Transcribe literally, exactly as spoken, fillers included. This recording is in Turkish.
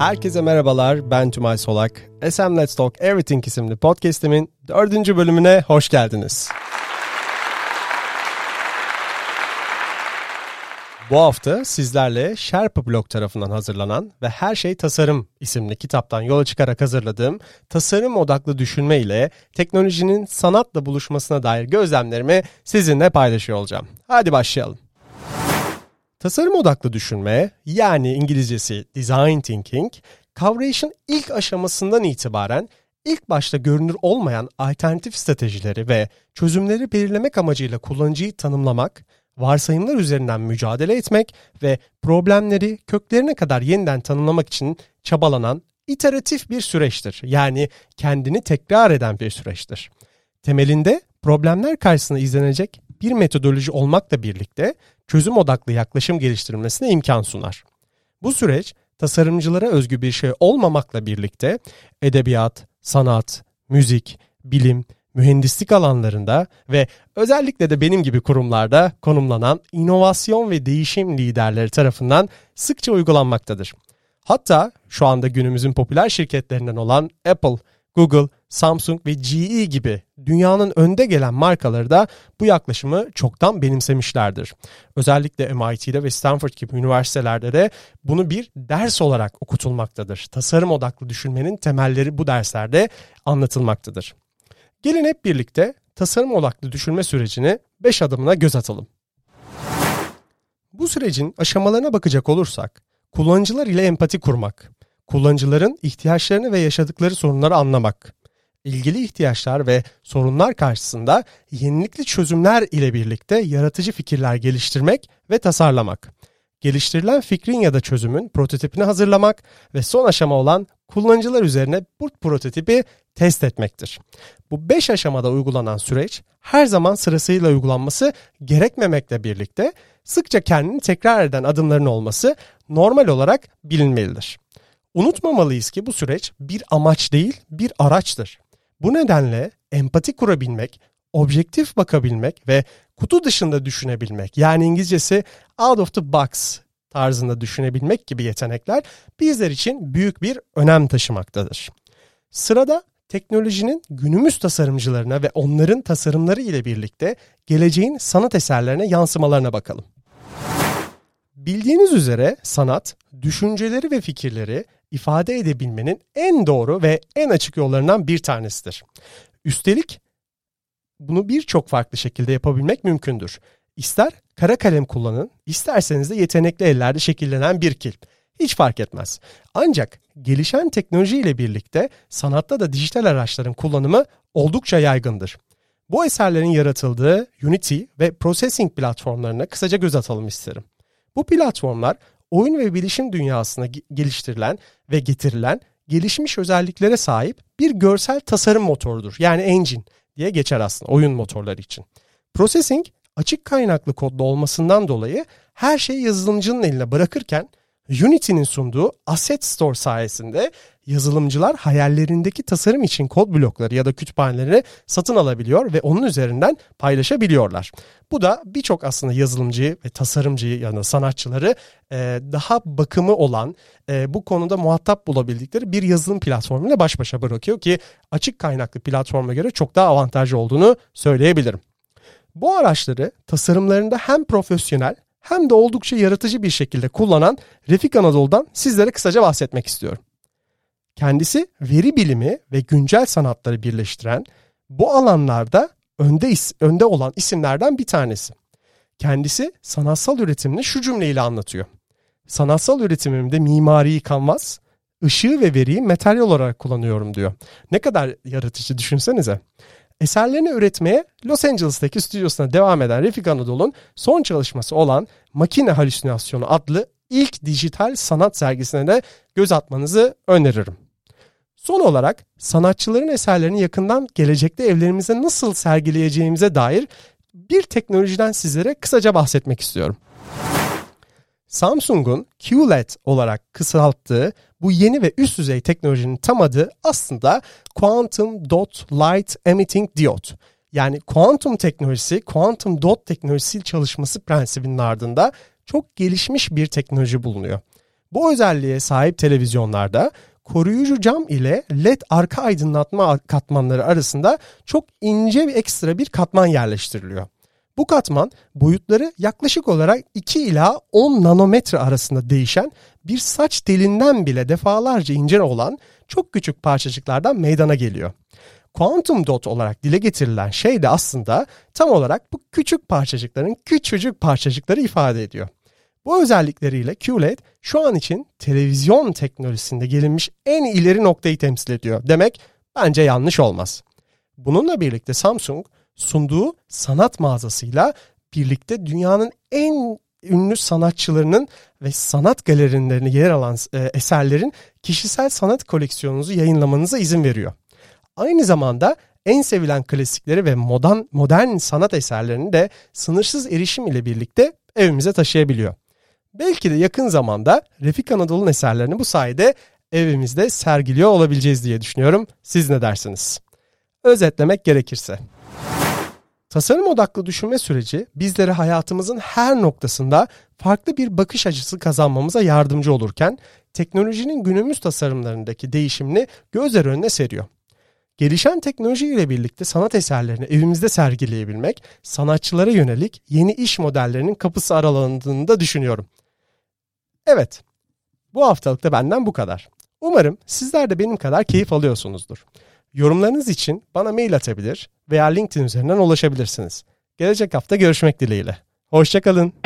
Herkese merhabalar, ben Tümay Solak. S M Let's Talk Everything isimli podcast'imin dördüncü bölümüne hoş geldiniz. Bu hafta sizlerle Sherpa Blog tarafından hazırlanan ve Her Şey Tasarım isimli kitaptan yola çıkarak hazırladığım tasarım odaklı düşünme ile teknolojinin sanatla buluşmasına dair gözlemlerimi sizinle paylaşıyor olacağım. Hadi başlayalım. Tasarım odaklı düşünme, yani İngilizcesi design thinking, kavrayışın ilk aşamasından itibaren ilk başta görünür olmayan alternatif stratejileri ve çözümleri belirlemek amacıyla kullanıcıyı tanımlamak, varsayımlar üzerinden mücadele etmek ve problemleri köklerine kadar yeniden tanımlamak için çabalanan iteratif bir süreçtir. Yani kendini tekrar eden bir süreçtir. Temelinde problemler karşısında izlenecek bir metodoloji olmakla birlikte çözüm odaklı yaklaşım geliştirilmesine imkan sunar. Bu süreç tasarımcılara özgü bir şey olmamakla birlikte edebiyat, sanat, müzik, bilim, mühendislik alanlarında ve özellikle de benim gibi kurumlarda konumlanan inovasyon ve değişim liderleri tarafından sıkça uygulanmaktadır. Hatta şu anda günümüzün popüler şirketlerinden olan Apple, Google, Samsung ve G E gibi dünyanın önde gelen markaları da bu yaklaşımı çoktan benimsemişlerdir. Özellikle M I T'de ve Stanford gibi üniversitelerde de bunu bir ders olarak okutulmaktadır. Tasarım odaklı düşünmenin temelleri bu derslerde anlatılmaktadır. Gelin hep birlikte tasarım odaklı düşünme sürecini beş adımına göz atalım. Bu sürecin aşamalarına bakacak olursak, kullanıcılar ile empati kurmak, kullanıcıların ihtiyaçlarını ve yaşadıkları sorunları anlamak, ilgili ihtiyaçlar ve sorunlar karşısında yenilikli çözümler ile birlikte yaratıcı fikirler geliştirmek ve tasarlamak, geliştirilen fikrin ya da çözümün prototipini hazırlamak ve son aşama olan kullanıcılar üzerine bu prototipi test etmektir. Bu beş aşamada uygulanan süreç her zaman sırasıyla uygulanması gerekmemekle birlikte sıkça kendini tekrar eden adımların olması normal olarak bilinmelidir. Unutmamalıyız ki bu süreç bir amaç değil, bir araçtır. Bu nedenle empati kurabilmek, objektif bakabilmek ve kutu dışında düşünebilmek, yani İngilizcesi out of the box tarzında düşünebilmek gibi yetenekler bizler için büyük bir önem taşımaktadır. Sırada teknolojinin günümüz tasarımcılarına ve onların tasarımları ile birlikte geleceğin sanat eserlerine yansımalarına bakalım. Bildiğiniz üzere sanat, düşünceleri ve fikirleri ifade edebilmenin en doğru ve en açık yollarından bir tanesidir. Üstelik bunu birçok farklı şekilde yapabilmek mümkündür. İster kara kalem kullanın, isterseniz de yetenekli ellerde şekillenen bir kil. Hiç fark etmez. Ancak gelişen teknoloji ile birlikte sanatta da dijital araçların kullanımı oldukça yaygındır. Bu eserlerin yaratıldığı Unity ve Processing platformlarına kısaca göz atalım isterim. Bu platformlar oyun ve bilişim dünyasına geliştirilen ve getirilen gelişmiş özelliklere sahip bir görsel tasarım motorudur. Yani engine diye geçer aslında oyun motorları için. Processing açık kaynaklı kodlu olmasından dolayı her şeyi yazılımcının eline bırakırken Unity'nin sunduğu Asset Store sayesinde yazılımcılar hayallerindeki tasarım için kod blokları ya da kütüphaneleri satın alabiliyor ve onun üzerinden paylaşabiliyorlar. Bu da birçok aslında yazılımcıyı ve tasarımcıyı yani sanatçıları e, daha bakımı olan e, bu konuda muhatap bulabildikleri bir yazılım platformuyla baş başa bırakıyor ki açık kaynaklı platforma göre çok daha avantajlı olduğunu söyleyebilirim. Bu araçları tasarımlarında hem profesyonel hem de oldukça yaratıcı bir şekilde kullanan Refik Anadolu'dan sizlere kısaca bahsetmek istiyorum. Kendisi veri bilimi ve güncel sanatları birleştiren, bu alanlarda önde, is- önde olan isimlerden bir tanesi. Kendisi sanatsal üretimini şu cümleyle anlatıyor. Sanatsal üretimimde mimariyi kanvas, ışığı ve veriyi materyal olarak kullanıyorum diyor. Ne kadar yaratıcı düşünsenize. Eserlerini üretmeye Los Angeles'taki stüdyosuna devam eden Refik Anadolu'nun son çalışması olan Makine Halüsinasyonu adlı ilk dijital sanat sergisine de göz atmanızı öneririm. Son olarak sanatçıların eserlerini yakından gelecekte evlerimizde nasıl sergileyeceğimize dair bir teknolojiden sizlere kısaca bahsetmek istiyorum. Samsung'un Q L E D olarak kısalttığı bu yeni ve üst düzey teknolojinin tam adı aslında Quantum Dot Light Emitting Diode. Yani kuantum teknolojisi, kuantum dot teknolojisi çalışması prensibinin ardında çok gelişmiş bir teknoloji bulunuyor. Bu özelliğe sahip televizyonlarda koruyucu cam ile led arka aydınlatma katmanları arasında çok ince bir ekstra bir katman yerleştiriliyor. Bu katman boyutları yaklaşık olarak iki ila on nanometre arasında değişen bir saç telinden bile defalarca ince olan çok küçük parçacıklardan meydana geliyor. Quantum dot olarak dile getirilen şey de aslında tam olarak bu küçük parçacıkların küçücük parçacıkları ifade ediyor. Bu özellikleriyle Q L E D şu an için televizyon teknolojisinde gelinmiş en ileri noktayı temsil ediyor. Demek bence yanlış olmaz. Bununla birlikte Samsung sunduğu sanat mağazasıyla birlikte dünyanın en ünlü sanatçılarının ve sanat galerilerinde yer alan e, eserlerin kişisel sanat koleksiyonunuzu yayınlamanıza izin veriyor. Aynı zamanda en sevilen klasikleri ve modern, modern sanat eserlerini de sınırsız erişim ile birlikte evimize taşıyabiliyor. Belki de yakın zamanda Refik Anadolu'nun eserlerini bu sayede evimizde sergiliyor olabileceğiz diye düşünüyorum. Siz ne dersiniz? Özetlemek gerekirse, tasarım odaklı düşünme süreci bizlere hayatımızın her noktasında farklı bir bakış açısı kazanmamıza yardımcı olurken teknolojinin günümüz tasarımlarındaki değişimini gözler önüne seriyor. Gelişen teknoloji ile birlikte sanat eserlerini evimizde sergileyebilmek, sanatçılara yönelik yeni iş modellerinin kapısı aralandığını da düşünüyorum. Evet, bu haftalık da benden bu kadar. Umarım sizler de benim kadar keyif alıyorsunuzdur. Yorumlarınız için bana mail atabilir veya LinkedIn üzerinden ulaşabilirsiniz. Gelecek hafta görüşmek dileğiyle. Hoşça kalın.